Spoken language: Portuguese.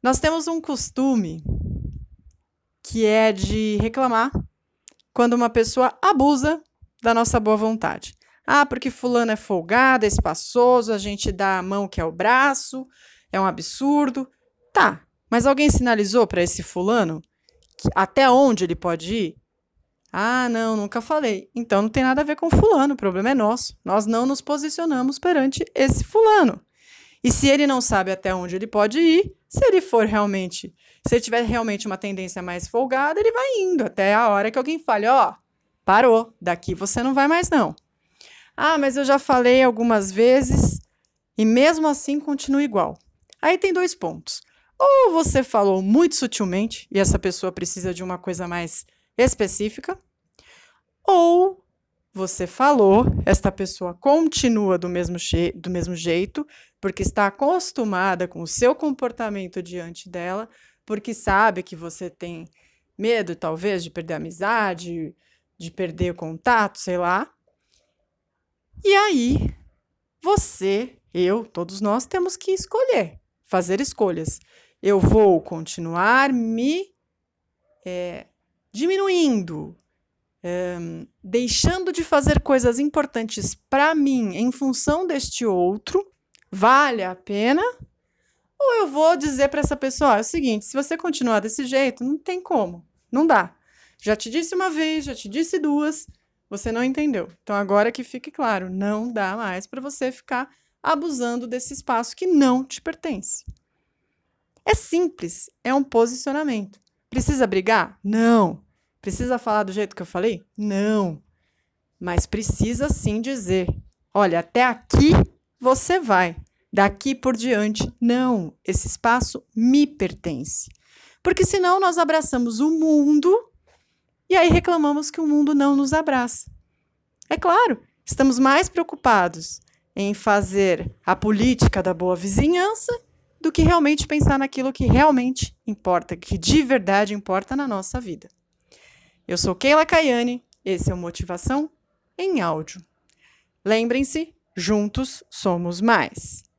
Nós temos um costume que é de reclamar quando uma pessoa abusa da nossa boa vontade. Ah, porque fulano é folgado, é espaçoso, a gente dá a mão que é o braço, é um absurdo. Tá, mas alguém sinalizou para esse fulano até onde ele pode ir? Ah, não, nunca falei. Então não tem nada a ver com fulano, o problema é nosso. Nós não nos posicionamos perante esse fulano. E se ele não sabe até onde ele pode ir, se ele tiver realmente uma tendência mais folgada, ele vai indo até a hora que alguém fale, ó, parou, daqui você não vai mais não. Ah, mas eu já falei algumas vezes e mesmo assim continua igual. Aí tem dois pontos. Ou você falou muito sutilmente e essa pessoa precisa de uma coisa mais específica, ou você falou, esta pessoa continua do mesmo jeito, porque está acostumada com o seu comportamento diante dela, porque sabe que você tem medo, talvez, de perder a amizade, de perder o contato, sei lá. E aí, você, eu, todos nós temos que escolher, fazer escolhas. Eu vou continuar me diminuindo, deixando de fazer coisas importantes para mim em função deste outro, vale a pena? Ou eu vou dizer para essa pessoa, é o seguinte, se você continuar desse jeito, não tem como, não dá. Já te disse uma vez, já te disse duas, você não entendeu. Então agora que fique claro, não dá mais para você ficar abusando desse espaço que não te pertence. É simples, é um posicionamento. Precisa brigar? Não. Precisa falar do jeito que eu falei? Não. Mas precisa sim dizer: olha, até aqui você vai. Daqui por diante, não. Esse espaço me pertence. Porque senão nós abraçamos o mundo e aí reclamamos que o mundo não nos abraça. É claro, estamos mais preocupados em fazer a política da boa vizinhança do que realmente pensar naquilo que realmente importa, que de verdade importa na nossa vida. Eu sou Keila Caiane, esse é o Motivação em Áudio. Lembrem-se, juntos somos mais.